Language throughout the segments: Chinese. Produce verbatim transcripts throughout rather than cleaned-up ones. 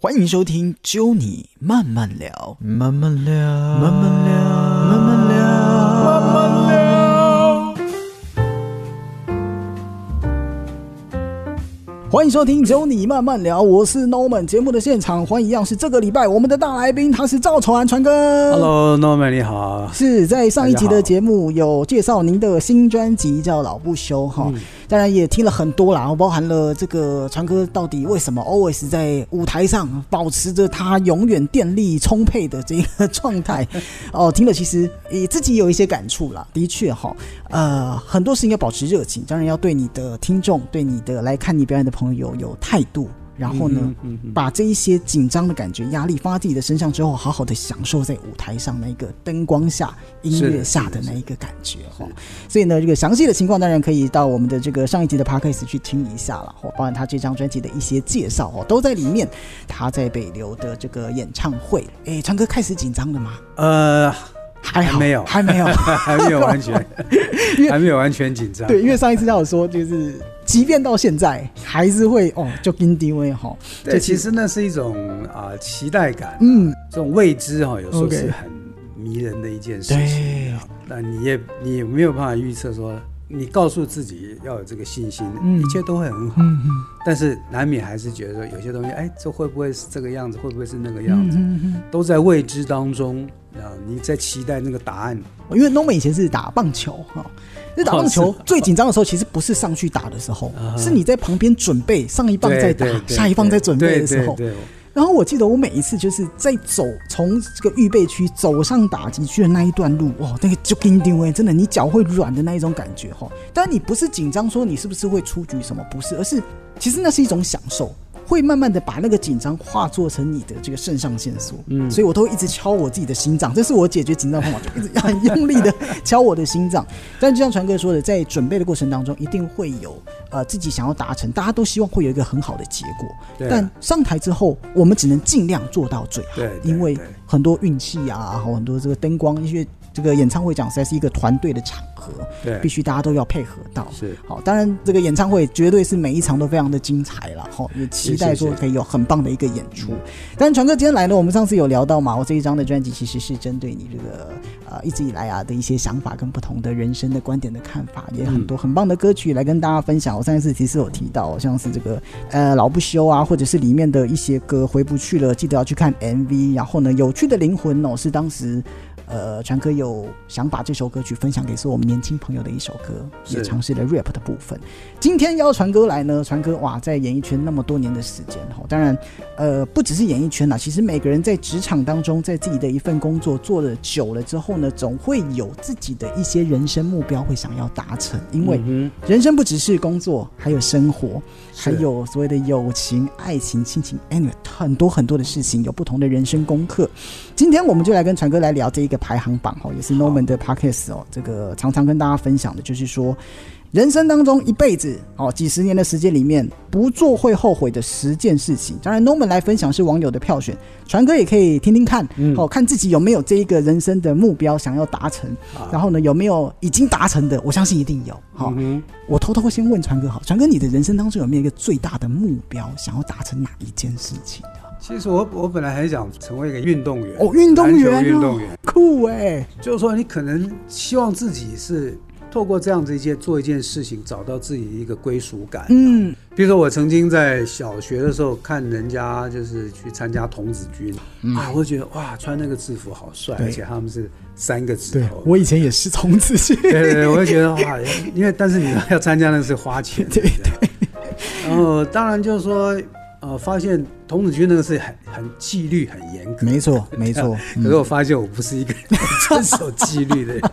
欢迎收听揪你慢慢聊， 慢慢聊， 慢慢聊，慢慢聊，慢慢聊。欢迎收听揪你慢慢聊，我是 Norman。节目的现场欢迎一样是这个礼拜我们的大来宾，他是赵传传哥。 Hello Norman 你好。 是在上一集的节目有介绍您的新专辑叫《老不休》哈。嗯，当然也听了很多啦，包含了这个传哥到底为什么 always 在舞台上保持着他永远电力充沛的这个状态哦，听了其实也自己有一些感触啦。的确哈，呃，很多事情要保持热情，当然要对你的听众、对你的来看你表演的朋友有态度。然后呢，嗯嗯嗯、把这一些紧张的感觉、压力放在自己的身上之后，好好的享受在舞台上那个灯光下、音乐下的那一个感觉哈。所以呢，这个详细的情况当然可以到我们的这个上一集的 podcast 去听一下了，包含他这张专辑的一些介绍哦，都在里面。他在北流的这个演唱会，哎，传哥开始紧张了吗？ 呃。 还好， 还没有， 还没有， 还没有完全，还没有完全紧张。 对，因为上一次他有说，就是即便到现在，还是会哦，就跟低位哈。 对，其实那是一种啊、呃、期待感，嗯，这种未知哈、哦，有时候是很迷人的一件事情。对，那你也你也没有办法预测说，你告诉自己要有这个信心，嗯、一切都会很好。嗯嗯，但是难免还是觉得说，有些东西，哎，这会不会是这个样子？会不会是那个样子？嗯嗯嗯，都在未知当中。啊，你在期待那个答案？ 因为 Norman 以前是打棒球哈，那打棒球最紧张的时候，其实不是上去打的时候，哦、是你在旁边准备上一棒在打，下一棒在准备的时候。对对对对，然后我记得我每一次就是在走从这个预备区走上打击区的那一段路，哇，那个就紧张哎，真的你脚会软的那一种感觉哈。当然你不是紧张说你是不是会出局什么，不是，而是其实那是一种享受。会慢慢的把那个紧张化作成你的这个肾上腺素，嗯，所以我都会一直敲我自己的心脏，这是我解决紧张方法，就一直很用力的敲我的心脏。但就像传哥说的，在准备的过程当中，一定会有呃自己想要达成，大家都希望会有一个很好的结果。对，但上台之后，我们只能尽量做到最好，对，因为很多运气啊，很多这个灯光，因为这个演唱会讲实在是一个团队的场合，对，必须大家都要配合到。是，好，当然这个演唱会绝对是每一场都非常的精彩了，哈，也期待说可以有很棒的一个演出。是是是，但传哥今天来呢，我们上次有聊到嘛，我这一张的专辑其实是针对你这个呃一直以来啊的一些想法跟不同的人生的观点的看法，也很多很棒的歌曲来跟大家分享。我上一次其实有提到，像是这个呃老不休啊，或者是里面的一些歌回不去了，记得要去看 M V。然后呢，有趣的灵魂哦，是当时。呃，传哥有想把这首歌曲分享给所有我们年轻朋友的一首歌，也尝试了 rap 的部分。今天邀传哥来呢，传哥哇，在演艺圈那么多年的时间，当然，呃，不只是演艺圈啦，其实每个人在职场当中，在自己的一份工作做了久了之后呢，总会有自己的一些人生目标会想要达成，因为人生不只是工作，还有生活，还有所谓的友情、爱情、亲情 ，anyway 很多很多的事情，有不同的人生功课。今天我们就来跟传哥来聊这一个排行榜，也是 Norman 的 Podcast 哦，这个常常跟大家分享的，就是说人生当中一辈子哦几十年的时间里面，不做会后悔的十件事情。当然 Norman 来分享是网友的票选，传哥也可以听听看，嗯哦，看自己有没有这一个人生的目标想要达成，啊、然后呢有没有已经达成的，我相信一定有。好、嗯，我偷偷先问传哥，好，传哥你的人生当中有没有一个最大的目标，想要达成哪一件事情？ 其实我我本来还想成为一个运动员哦， 运动员、哦， 运动员酷哎、欸！ 就是说，你可能希望自己是透过这样子一件做一件事情，找到自己的一个归属感。嗯，比如说我曾经在小学的时候看人家就是去参加童子军、嗯、啊，我就觉得哇，穿那个制服好帅，而且他们是三个指头。 我以前也是童子军， 对对对，我就觉得哇，因为但是你要参加那个是花钱，对对。然后当然就是说。呃，发现童子军那个是很很纪律很严格， 没错没错。 可是我发现我不是一个遵守纪律的人。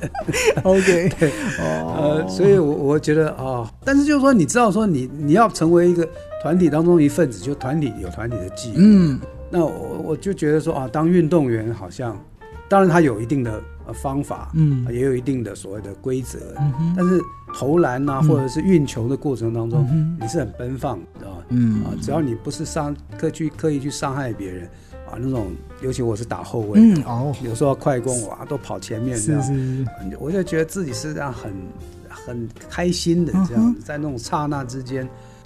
OK， 对，哦、呃，所以我我觉得啊、哦，但是就是说，你知道说你你要成为一个团体当中一份子，就团体有团体的纪律。嗯，那我我就觉得说啊，当运动员好像，当然他有一定的方法，嗯，也有一定的所谓的规则，嗯、但是投篮啊、嗯，或者是运球的过程当中，嗯、你是很奔放的，嗯啊，只要你不是伤刻去刻意去伤害别人啊，那种尤其我是打后卫，嗯哦，有时候快攻哇都跑前面这样，是是是，我就觉得自己是这样很很开心的这样，在那种刹那之间。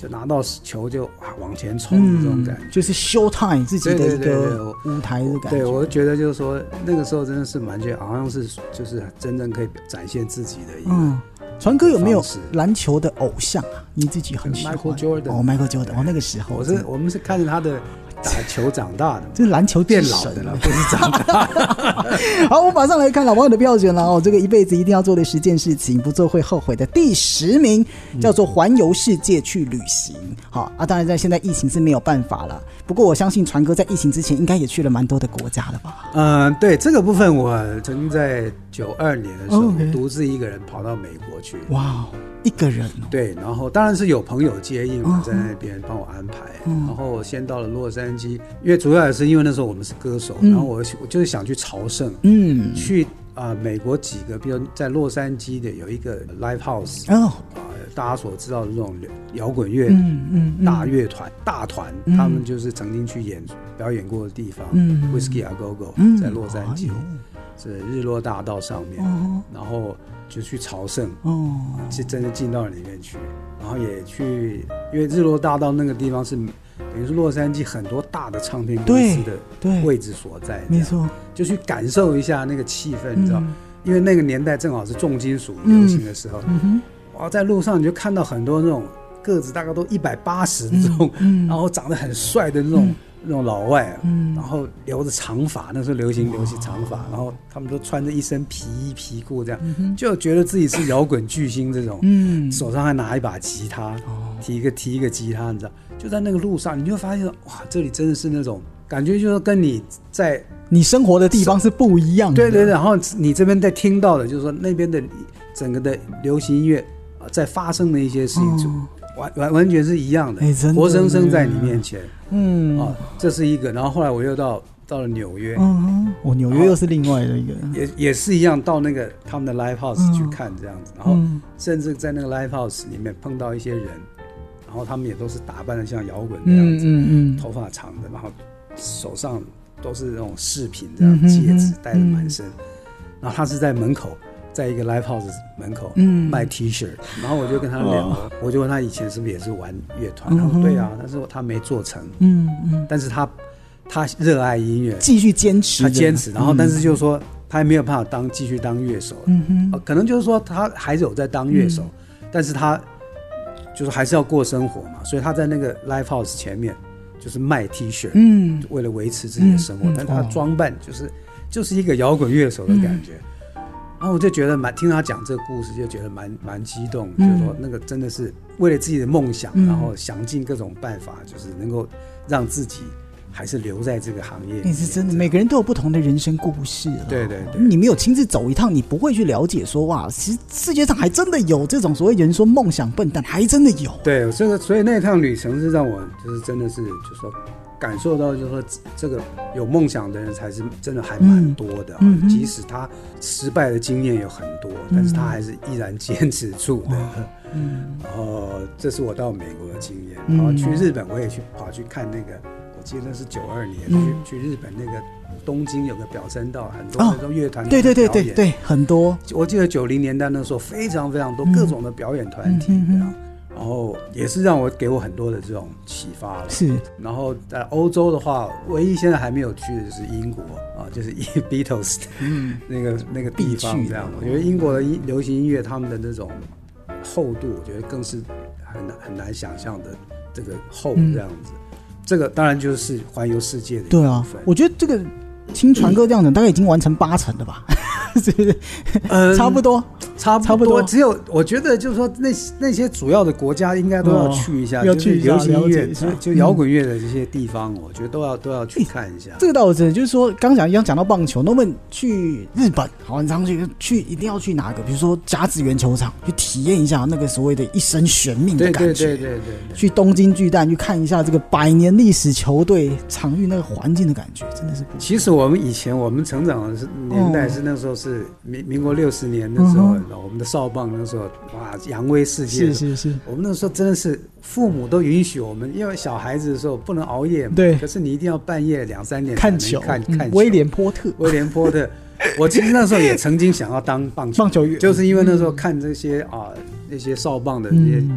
就拿到球就啊往前冲的这种感觉， 嗯、就是 show time 自己的一个舞台的感觉。 对，对我觉得就是说那个时候真的是蛮觉得好像是就是真正可以展现自己的一个。嗯， 传哥有没有篮球的偶像啊？你自己很喜欢 Michael Jordan 哦 ，Michael Jordan 哦，那个时候我是我们是看着他的打球长大的， 这是篮球变老的了，不是长大的。 好，我马上来看老网友的票选了哦，这个一辈子一定要做的十件事情，不做会后悔的第十名叫做环游世界去旅行。好啊，当然在现在疫情是没有办法了，不过我相信传哥在疫情之前应该也去了蛮多的国家了吧？ 嗯、呃，对这个部分，我曾经在九二年的时候、okay. 独自一个人跑到美国去。 哇，一个人、哦？ 对，然后当然是有朋友接应嘛，在那边帮我安排。嗯、然后我先到了洛杉矶，因为主要也是因为那时候我们是歌手，嗯、然后我我就是想去朝圣，嗯，去啊、呃、美国几个，比如在洛杉矶的有一个 live house， 哦，啊、呃、大家所知道的这种摇滚乐，嗯嗯，大乐团、大团，嗯、他们就是曾经去演表演过的地方，嗯 ，Whiskey A Go Go， 在洛杉矶。嗯是日落大道上面，哦、然后就去朝圣，哦，是真的进到里面去，然后也去，因为日落大道那个地方是等于是洛杉矶很多大的唱片公司的位置所在， 没错， 就去感受一下那个气氛，嗯、你知道，因为那个年代正好是重金属流行的时候，嗯哇，在路上你就看到很多那种个子大概都一百八十的这种，嗯嗯、然后长得很帅的那种。嗯那种老外啊，嗯、然后留着长发，那时候流行流行长发，然后他们都穿着一身皮衣皮裤这样，嗯、就觉得自己是摇滚巨星这种，嗯、手上还拿一把吉他，哦、提一个提一个吉他，你知道，就在那个路上，你就发现哇，这里真的是那种感觉，就是跟你在你生活的地方是不一样的。 对对对，然后你这边在听到的，就是说那边的整个的流行音乐啊，在发生的一些事情。哦完完完全是一样的，欸、的活生生在你面前，嗯啊，这是一个。然后后来我又到到了纽约，嗯， 我纽约又是另外的一个， 也也是一样，到那个他们的 live house 去看这样子，嗯、然后甚至在那个 live house 里面碰到一些人，然后他们也都是打扮的像摇滚这样子，嗯嗯嗯、头发长的，然后手上都是那种饰品这样，嗯、戒指戴得满身，嗯、然后他是在门口。在一个 live house 门口卖 T 恤，嗯、然后我就跟他聊，哦、我就问他以前是不是也是玩乐团，他说对啊，但是他没做成，嗯嗯，但是他他热爱音乐， 继续坚持， 他坚持，然后但是就是说他还没有办法当继续当乐手，嗯哼、呃，可能就是说他还是有在当乐手，嗯、但是他就是还是要过生活嘛，所以他在那个 live house 前面就是卖 T 恤，嗯，为了维持自己的生活，嗯、但是他装扮就是就是一个摇滚乐手的感觉。嗯然后我就觉得蛮听他讲这个故事，就觉得蛮蛮激动，嗯、就是说那个真的是为了自己的梦想，嗯、然后想尽各种办法，就是能够让自己还是留在这个行业。 你是真的，每个人都有不同的人生故事。 对对对， 你没有亲自走一趟，你不会去了解说哇，其实世界上还真的有这种所谓人说梦想笨蛋，还真的有。 对，这个所以那趟旅程是让我就是真的是就是说。感受到就是说，这个有梦想的人才是真的还蛮多的、嗯嗯、即使他失败的经验有很多，嗯、但是他还是依然坚持住的。嗯，然后这是我到美国的经验，然后去日本我也去跑去看那个，我记得那是九二年、嗯、去去日本那个东京有个表参道，很多那种乐团、哦， 对对对对对，很多。 我记得九零年代那时候非常非常多各种的表演团体，嗯嗯嗯然后也是让我给我很多的这种启发了。 是， 然后在欧洲的话，唯一现在还没有去的就是英国啊，就是 Beatles 的、嗯、那个那个地方这样。我觉得英国的流行音乐他们的那种厚度，我觉得更是很难很难想象的这个厚这样子。嗯、这个当然就是环游世界的一部分。 对啊，我觉得这个听传哥这样子，大概已经完成八成了吧。是不是？嗯，差不多， 差不多。不多只有我觉得，就是说那那些主要的国家应该都要去一下， 哦、要去一下， 就是流行音乐，就就摇滚乐的这些地方，嗯、我觉得都要都要去看一下。 这个倒是，就是说，刚讲一样讲到棒球，那么去日本，好，你常去去一定要去哪个？比如说甲子园球场，去体验一下那个所谓的一生悬命的感觉。 对对对对 对, 对。 去东京巨蛋去看一下这个百年历史球队场域那个环境的感觉，真的是不。 其实我们以前我们成长的年代是那时候是。是民民国六十年的时候，嗯、我们的少棒那时候哇扬威世界， 是是是。 我们那时候真的是父母都允许我们，因为小孩子的时候不能熬夜嘛， 对。 可是你一定要半夜两三点看球， 看看球。 威廉波特， 威廉波特。我其实那时候也曾经想要当棒球棒球员， 就是因为那时候看这些啊那些少棒的这些。嗯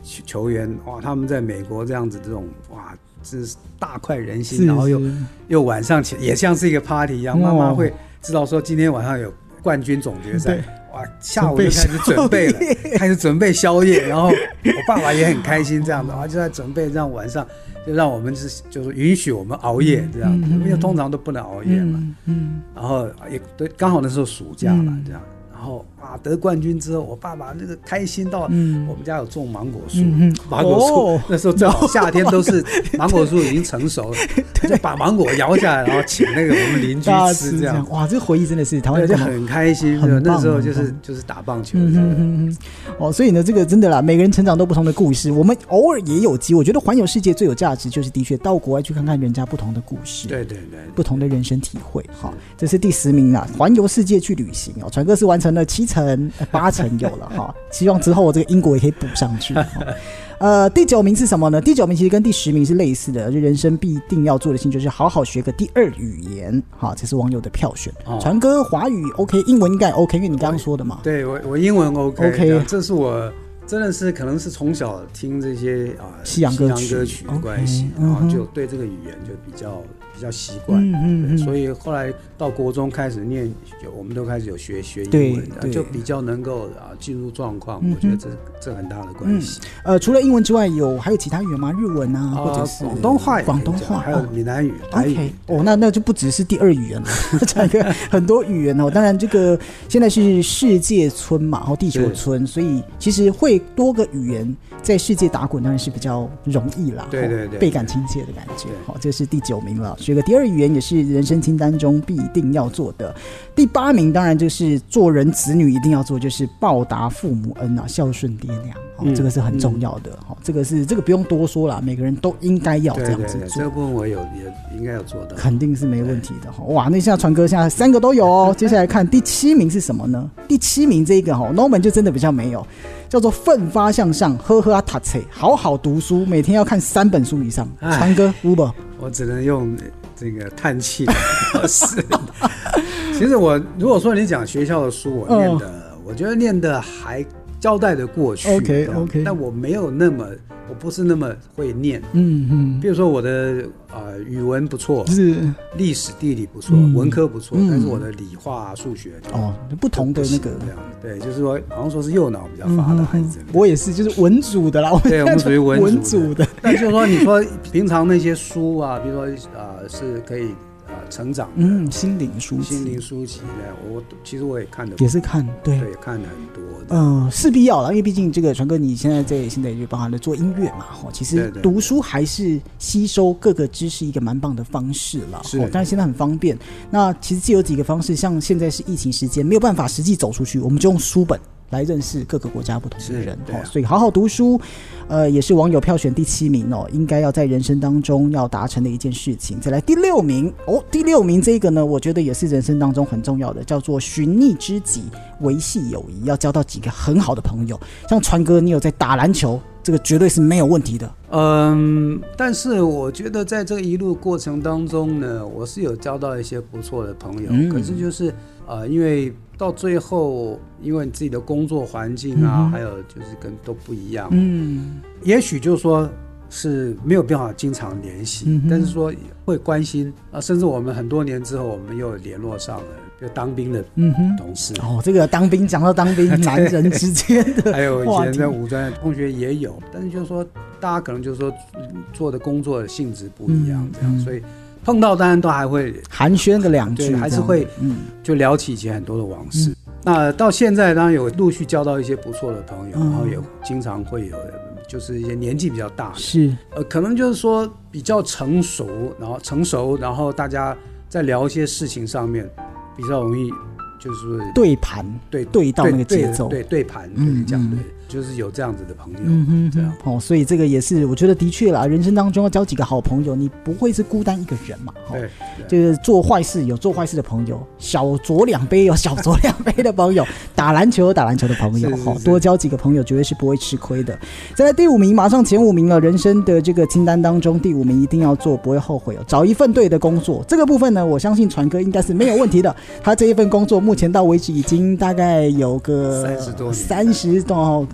球员哇，他们在美国这样子这种哇，真是大快人心，然后又又晚上起也像是一个 party 一样，妈妈会知道说今天晚上有冠军总决赛。哇，下午就开始准备了，开始准备宵夜，然后我爸爸也很开心，这样的啊，就在准备，这样晚上就让我们是就是允许我们熬夜这样子，因为通常都不能熬夜嘛，嗯，嗯然后也对，刚好那时候暑假了，这样。然后啊，得冠军之后，我爸爸那个开心到，嗯、我们家有种芒果树，嗯、芒果树、哦、那时候正好夏天都是芒果树已经成熟了，就把芒果摇下来，然后请那个我们邻居吃，这样。 哇，这个回忆真的是台湾就很开心，那时候就是就是打棒球。嗯嗯嗯哦，所以呢，这个真的啦，每个人成长都不同的故事，我们偶尔也有机会。我觉得环游世界最有价值，就是的确到国外去看看人家不同的故事， 对对 对, 对， 不同的人生体会。好，这是第十名啦，环游世界去旅行哦，传哥是完成了七成、八成有了哈，希望之后这个英国也可以补上去。呃，第九名是什么呢？第九名其实跟第十名是类似的，就人生必定要做的事情就是好好学个第二语言。好，这是网友的票选。传哥华语 OK， 英文应该 OK， 因为你刚刚说的嘛。 对，我我英文 OK， OK， 这是我真的是可能是从小听这些啊、呃、 西洋歌曲的关系， okay， 然后就对这个语言就比较比较习惯，嗯嗯嗯，所以后来到国中开始念，我们都开始有学学英文，就比较能够啊进入状况。我觉得这这很大的关系。 嗯、呃，除了英文之外，有还有其他语言吗？日文啊，或者是广东话、 广东话， 还有闽南语、台语。 哦，那那就不只是第二语言了，讲一个很多语言哦。当然，这个现在是世界村嘛，然后地球村，所以其实会多个语言在世界打滚，当然是比较容易啦。 对对对， 倍感亲切的感觉。好，这是第九名了。学个第二语言也是人生清单中必定要做的。第八名当然就是做人子女一定要做，就是报答父母恩啊，孝顺爹娘。哦嗯、这个是很重要的。嗯、这个是这个不用多说啦，每个人都应该要这样子做。 对对对，这个部分我有也应该有做到， 肯定是没问题的。哇，那现在传哥现在三个都有哦。接下来看第七名是什么呢？第七名这个 Norman 就真的比较没有，叫做奋发向上，呵呵啊读册，好好读书，每天要看三本书以上。传哥 Uber， 我只能用这个叹气的方式。其实我如果说你讲学校的书，我念的，嗯、我觉得念的还交代的过去。 OK OK， 但我没有那么，我不是那么会念。嗯嗯。比如说我的呃语文不错，是历史地理不错，嗯、文科不错，嗯、但是我的理化数学哦不同的那个这样对，就是说好像说是右脑比较发达，嗯、 我也是，就是文组的啦。 对，我们属于文文组的。 但就是说，你说平常那些书啊，比如说呃是可以。呃，成长嗯，心灵书籍，心灵书籍的，我其实我也看的， 也是看，对， 对，看了很多的。 嗯、呃，势必要了，因为毕竟这个传哥，你现在在现在也包含了做音乐嘛，哈，其实读书还是吸收各个知识一个蛮棒的方式了，是，但是现在很方便。那其实既有几个方式，像现在是疫情时间，没有办法实际走出去，我们就用书本来认识各个国家不同的人，啊、所以好好读书，呃，也是网友票选第七名哦，应该要在人生当中要达成的一件事情。再来第六名哦，第六名这个呢，我觉得也是人生当中很重要的，叫做寻觅知己，维系友谊，要交到几个很好的朋友。像传哥，你有在打篮球，这个绝对是没有问题的。 嗯，但是我觉得在这一路过程当中呢，我是有交到一些不错的朋友，嗯、可是就是呃，因为到最后，因为你自己的工作环境啊，嗯、还有就是跟都不一样，嗯，也许就是说是没有办法经常联系，嗯、但是说会关心啊，甚至我们很多年之后，我们又联络上了。就当兵的同事、 嗯、哦，这个当兵讲到当兵，男人之间的还有以前在五专同学也有，但是就是说大家可能就是说做的工作的性质不一样，这样、嗯嗯、所以碰到当然都还会寒暄个两句， 还是会嗯就聊起以前很多的往事。嗯、那到现在当然有陆续交到一些不错的朋友，嗯、然后也经常会有就是一些年纪比较大的， 是呃可能就是说比较成熟，然后成熟，然后大家在聊一些事情上面。比较容易就是对盘， 对对到那个节奏， 对 对, 对, 对盘，嗯，这样对，就是有这样子的朋友，嗯这样哦，所以这个也是我觉得的确啦，人生当中要交几个好朋友，你不会是孤单一个人嘛， 对， 就是做坏事有做坏事的朋友，小酌两杯有小酌两杯的朋友，打篮球有打篮球的朋友，是是是多交几个朋友绝对是不会吃亏的。再来第五名，马上前五名了，人生的这个清单当中第五名一定要做，不会后悔哦。找一份对的工作，这个部分呢，我相信传哥应该是没有问题的。他这一份工作目前到为止已经大概有个三十多年， 三十多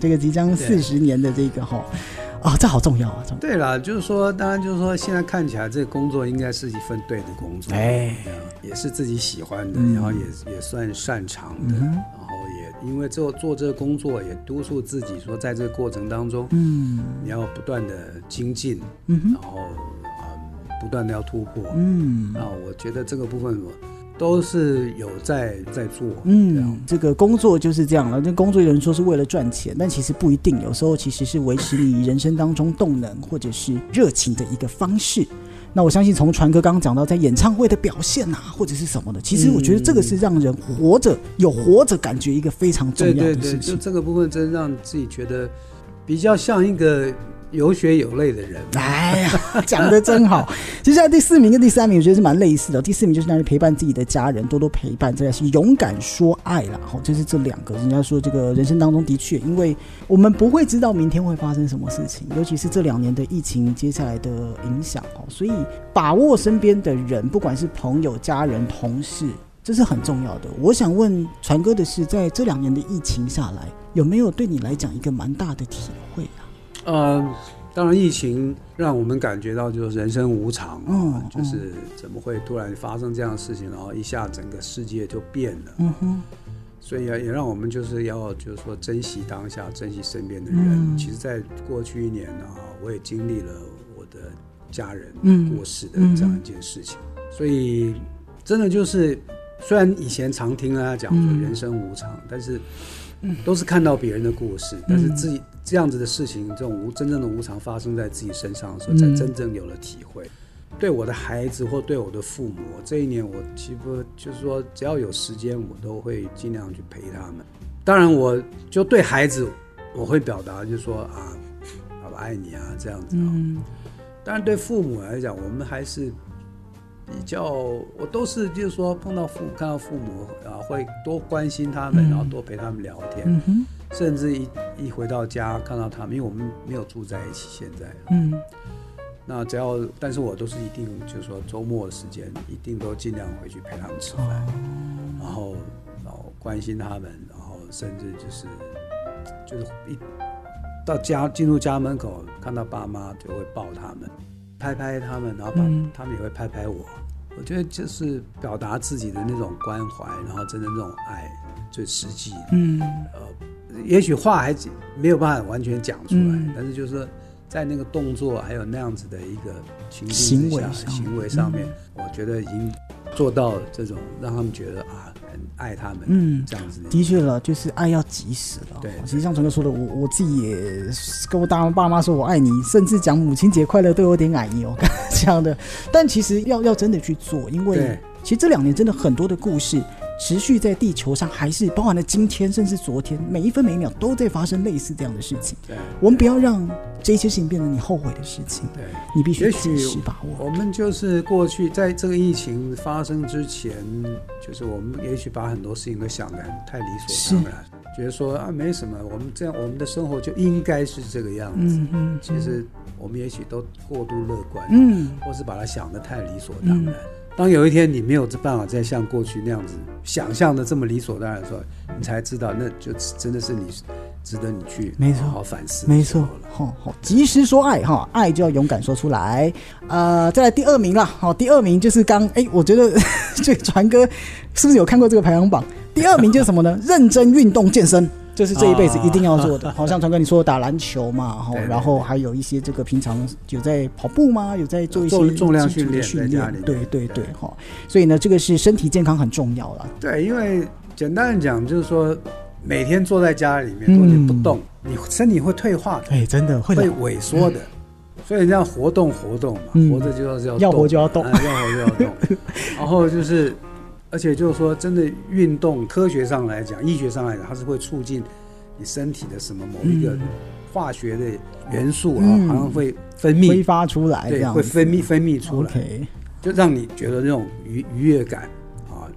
这个即将四十年的这个哈。啊、哦，这好重要啊！ 对啦，就是说，当然就是说，现在看起来这个工作应该是一份对的工作，哎，也是自己喜欢的，嗯、然后也也算擅长的，嗯、然后也因为做做这个工作，也督促自己说，在这个过程当中，嗯，你要不断的精进，嗯，然后啊、嗯，不断的要突破，嗯，那我觉得这个部分我。都是有在在做， 嗯，这个工作就是这样了。这工作有人说是为了赚钱，但其实不一定，有时候其实是维持你人生当中动能或者是热情的一个方式。那我相信从传哥刚刚讲到在演唱会的表现啊，或者是什么的，其实我觉得这个是让人活着、嗯、有活着感觉一个非常重要的事情。对对对， 就这个部分真让自己觉得比较像一个有血有泪的人。 哎呀，讲得真好。接下来第四名跟第三名我觉得是蛮类似的。第四名就是那里陪伴自己的家人，多多陪伴，再来是勇敢说爱啦。就是这两个人家说这个人生当中的确，因为我们不会知道明天会发生什么事情，尤其是这两年的疫情接下来的影响，所以把握身边的人，不管是朋友、家人、同事，这是很重要的。我想问传哥的是，在这两年的疫情下来，有没有对你来讲一个蛮大的体会啊？ 呃，当然，疫情让我们感觉到就是人生无常，嗯，就是怎么会突然发生这样的事情，然后一下整个世界就变了，嗯哼，所以也让我们就是要就是说珍惜当下，珍惜身边的人。嗯、其实，在过去一年呢，我也经历了我的家人过世的这样一件事情，嗯、所以真的就是，虽然以前常听大家讲说人生无常，嗯、但是。都是看到别人的故事，但是自己这样子的事情，这种无真正的无常发生在自己身上的时候，才真正有了体会。对我的孩子或对我的父母，这一年我几乎就是说，只要有时间，我都会尽量去陪他们。当然，我就对孩子，我会表达就是说啊，爸爸爱你啊，这样子。嗯。当然，对父母来讲，我们还是。比较，我都是就是说碰到父母看到父母啊，会多关心他们，嗯、然后多陪他们聊天，嗯、甚至一一回到家看到他们，因为我们没有住在一起，现在，嗯，那只要，但是我都是一定就是说周末的时间，一定都尽量回去陪他们吃饭，哦、然后然后关心他们，然后甚至就是就是一到家进入家门口看到爸妈就会抱他们。拍拍他们，然后把、嗯、他们也会拍拍我。我觉得就是表达自己的那种关怀，然后真的那种爱，最实际。嗯，呃，也许话还没有办法完全讲出来，嗯、但是就是在那个动作还有那样子的一个情境之下，行为上面，嗯、我觉得已经做到这种让他们觉得啊。很爱他们，嗯，这样子的确了，就是爱要及时了。对，其实像传哥说的，我我自己也跟我大爸妈说我爱你，甚至讲母亲节快乐都有点矮油这样的。但其实要要真的去做，因为其实这两年真的很多的故事持续在地球上，还是包含了今天甚至昨天，每一分每一秒都在发生类似这样的事情。对，我们不要让这些事情变成你后悔的事情。对，你必须及时把握。 我们就是过去在这个疫情发生之前，就是我们也许把很多事情都想得很太理所当然，觉得说啊没什么，我们这样我们的生活就应该是这个样子。嗯嗯，其实我们也许都过度乐观，嗯，或是把它想得太理所当然。嗯，当有一天你没有办法再像过去那样子想象的这么理所当然的时候，你才知道那就真的是你值得你去好好反思。 没错，好好及时说爱哈，爱就要勇敢说出来。呃，再来第二名啦，好，第二名就是刚哎，我觉得这个传哥是不是有看过这个排行榜？第二名就是什么呢？认真运动健身。这是这一辈子一定要做的，好、啊、像传哥你说打篮球嘛，对对对，然后还有一些这个平常有在跑步吗？有在做一些重量训练， 训练，对对对，哈，所以呢，这个是身体健康很重要了。 对，因为简单的讲就是说，每天坐在家里面，你不动，嗯、你身体会退化的， 哎，真的会会萎缩的。嗯、所以这样活动活动嘛，嗯、活着就要要动， 要活就要动， 啊、要活就要动。然后就是。而且就是说，真的运动，科学上来讲，医学上来讲，它是会促进你身体的什么某一个化学的元素啊，嗯、好像会分泌挥发出来， 对，会分泌分泌出来， okay. 就让你觉得那种愉愉悦感啊，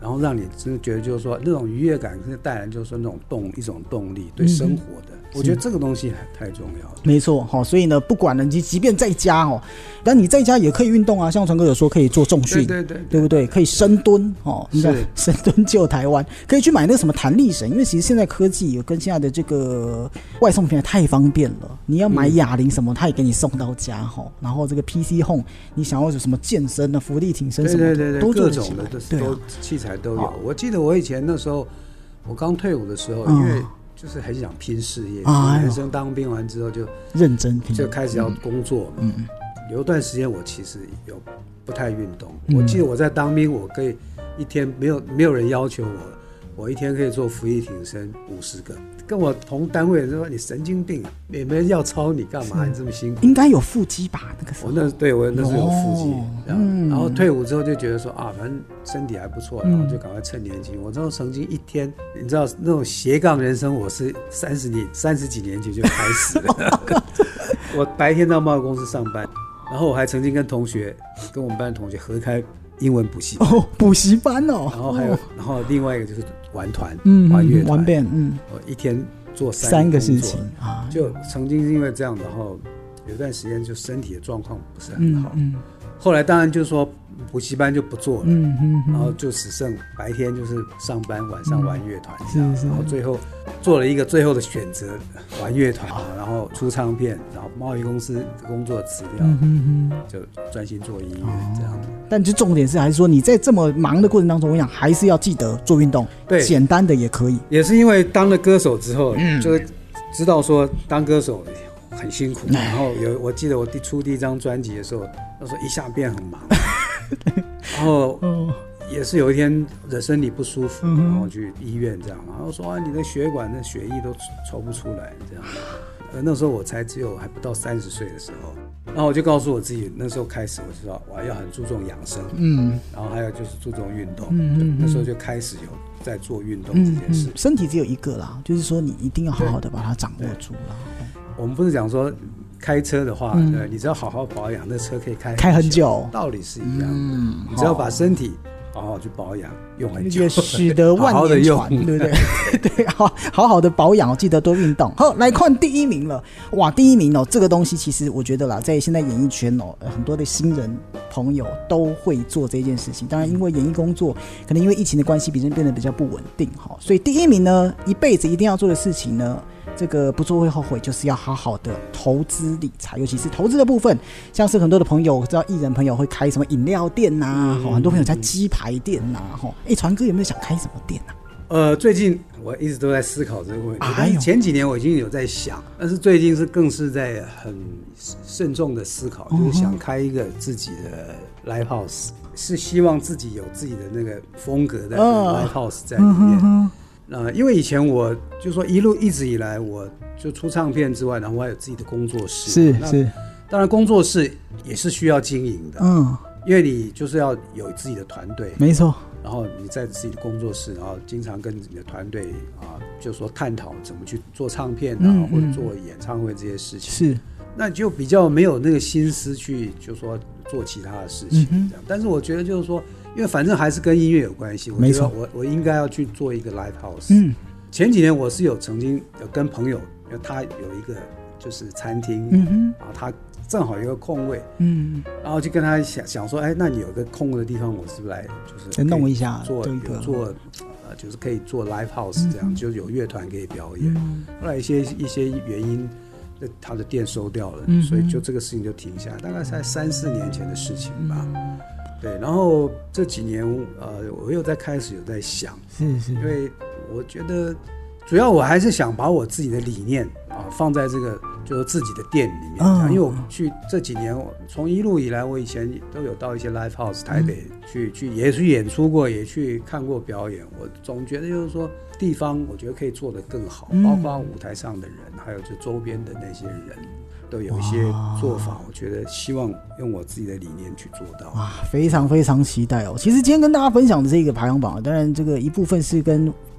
然后让你真的觉得就是说那种愉悦感是带来就是说那种动一种动力对生活的、嗯、我觉得这个东西太重要了。 没错、哦、所以呢不管呢你即便在家哦，但你在家也可以运动啊，像传哥有说可以做重训，对对 对, 对不对？可以深蹲哦，你看深蹲救台湾，可以去买那个什么弹力绳，因为其实现在科技有跟现在的这个外送平台太方便了，你要买哑铃什么、嗯、他也给你送到家、哦、然后这个 P C Home 你想要有什么健身的伏地挺身什么的，对对对对，都做得起来，各种的都、对啊、都器材都有。我记得我以前那时候我刚退伍的时候、嗯、因为就是很想拼事业，啊、男生当兵完之后就认真就开始要工作嘛、嗯、有一段时间我其实有不太运动、嗯、我记得我在当兵我可以一天没有没有人要求我，我一天可以做伏地挺身五十个，跟我同单位的人说你神经病啊，也没人要操你干嘛，你这么辛苦。 应该有腹肌吧那个时候。 我那对我那时候有腹肌、哦嗯、然后退伍之后就觉得说啊反正身体还不错，然后就赶快趁年轻、嗯、我那时候曾经一天你知道那种斜杠人生我是三十年三十几年前就开始了我白天到贸易公司上班，然后我还曾经跟同学跟我们班的同学合开英文补习班哦，补习班哦， 然后还有、哦、然后另外一个就是玩团，嗯，玩乐团， 玩 band， 嗯， 我一天做三 个, 三个事情啊， 就曾经因为这样，然后有段时间就身体的状况不是很好，嗯，嗯后来当然就是说补习班就不做了，嗯嗯嗯，然后就只剩白天就是上班，晚上玩乐团，嗯，然后最后做了一个最后的选择，玩乐团，然后出唱片，然后贸易公司工作辞掉，嗯嗯嗯，就专心做音乐、哦、这样的。 但就重点是还是说你在这么忙的过程当中，我想还是要记得做运动，对，简单的也可以。 也是因为当了歌手之后，嗯，就知道说当歌手很辛苦，然后有我记得我第出第一张专辑的时候，那时候一下变很忙，然后也是有一天的身体不舒服，嗯、然后去医院这样，然后说啊你的血管的血液都抽不出来这样，呃那时候我才只有还不到三十岁的时候，然后我就告诉我自己，那时候开始我就说我要很注重养生，嗯，然后还有就是注重运动，嗯嗯，那时候就开始有在做运动这件事、嗯嗯。 身体只有一个啦，就是说你一定要好好的把它掌握住啦。 我们不是讲说开车的话，嗯、对，你只要好好保养，那车可以开很开很久， 道理是一样的。嗯、你只要把身体好好去保养，用很久， 使得万年船，对不对？对，好好好的保养，记得多运动。好，来看第一名了，哇，第一名哦，这个东西其实我觉得啦，在现在演艺圈哦，很多的新人朋友都会做这件事情。当然，因为演艺工作可能因为疫情的关系，变得比较不稳定哈，所以第一名呢，一辈子一定要做的事情呢。这个不做会后悔，就是要好好的投资理财，尤其是投资的部分，像是很多的朋友，我知道艺人朋友会开什么饮料店呐、啊嗯，很多朋友在鸡排店呐、啊，哈，哎，传哥有没有想开什么店啊？ 呃，最近我一直都在思考这个问题，但是前几年我已经有在想，但是最近是更是在很慎重的思考，就是想开一个自己的 live house， 是希望自己有自己的那个风格在 live house 在里面。嗯呃，因为以前我就说一路一直以来，我就出唱片之外，然后我还有自己的工作室。 是是， 当然工作室也是需要经营的，嗯，因为你就是要有自己的团队， 没错。 然后你在自己的工作室，然后经常跟你的团队啊，就说探讨怎么去做唱片啊，嗯、或者做演唱会这些事情。是，那就比较没有那个心思去就说做其他的事情，嗯、这样。但是我觉得就是说。因为反正还是跟音乐有关系，我觉得我我应该要去做一个 live house。嗯，前几年我是有曾经有跟朋友，因为他有一个就是餐厅，嗯哼，然后他正好有一个空位，嗯，然后就跟他想想说，哎，那你有一个空的地方，我是不是来就是弄一下， 做有做呃，就是可以做 live house 这样，嗯、就是有乐团可以表演。嗯、后来一些一些原因，他的店收掉了，嗯，所以就这个事情就停下来，大概在三四年前的事情吧。嗯对，然后这几年，呃，我又在开始有在想，是是，因为我觉得主要我还是想把我自己的理念啊放在这个就是自己的店里面，嗯、因为我去这几年，从一路以来，我以前都有到一些 live house 台北去、嗯、去也去演出过，也去看过表演，我总觉得就是说地方，我觉得可以做得更好，嗯、包括舞台上的人，还有就周边的那些人。都有一些做法，我觉得希望用我自己的理念去做到。哇， 非常非常期待哦！其实今天跟大家分享的这个排行榜，当然这个一部分是跟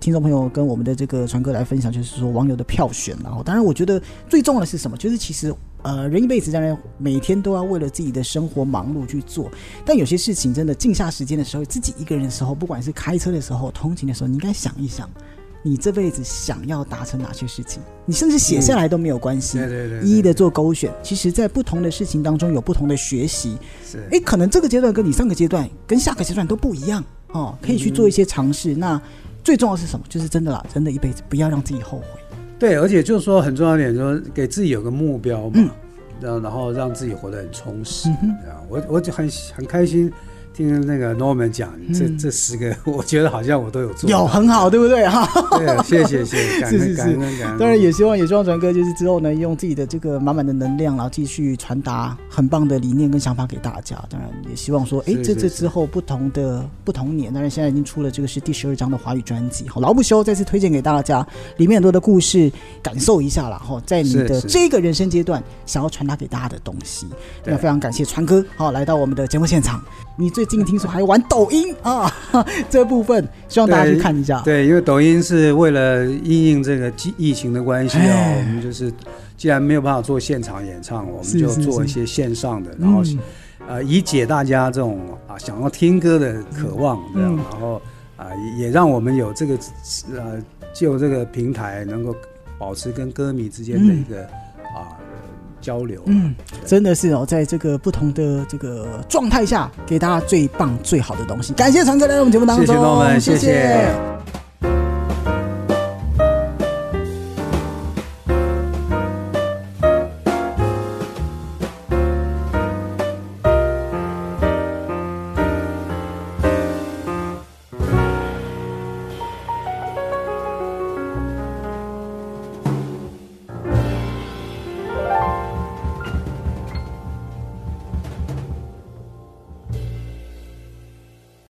听众朋友跟我们的这个传哥来分享，就是说网友的票选，然后当然我觉得最重要的是什么，就是其实呃人一辈子当然每天都要为了自己的生活忙碌去做，但有些事情真的静下时间的时候，自己一个人的时候，不管是开车的时候通勤的时候，你应该想一想你这辈子想要达成哪些事情，你甚至写下来都没有关系， 嗯、对对 对, 对， 一一的做勾选。其实在不同的事情当中有不同的学习， 是， 哎，可能这个阶段跟你上个阶段跟下个阶段都不一样哦，可以去做一些尝试、嗯、那最重要的是什么？就是真的啦，真的一辈子不要让自己后悔。 对，而且就是说很重要一点，就是给自己有个目标嘛，嗯、然后让自己活得很充实。嗯、我我就很很开心听那个 Norman 讲这、嗯、这十个，我觉得好像我都有做， 有很好，对不对哈？ 对，谢谢谢谢，感恩感恩感恩。 当然也希望也希望传哥就是之后呢，用自己的这个满满的能量，然后继续传达很棒的理念跟想法给大家。当然也希望说，哎，这这之后不同的不同年，当然现在已经出了这个是第十二张的华语专辑，好，劳不休再次推荐给大家，里面很多的故事感受一下啦，哈，在你的这个人生阶段想要传达给大家的东西。那非常感谢传哥，好，来到我们的节目现场。你最近听说还玩抖音啊？这部分希望大家去看一下。 对，对，因为抖音是为了因应这个疫情的关系哦，我们就是既然没有办法做现场演唱，我们就做一些线上的，是是是然后、嗯、呃以解大家这种啊想要听歌的渴望，这样、嗯，然后啊、呃、也让我们有这个呃就这个平台能够保持跟歌迷之间的一个、嗯、啊。交流， 嗯，真的是哦，在这个不同的这个状态下，给大家最棒最好的东西。感谢传哥来到我们节目当中， 谢谢我们，谢谢。 谢谢。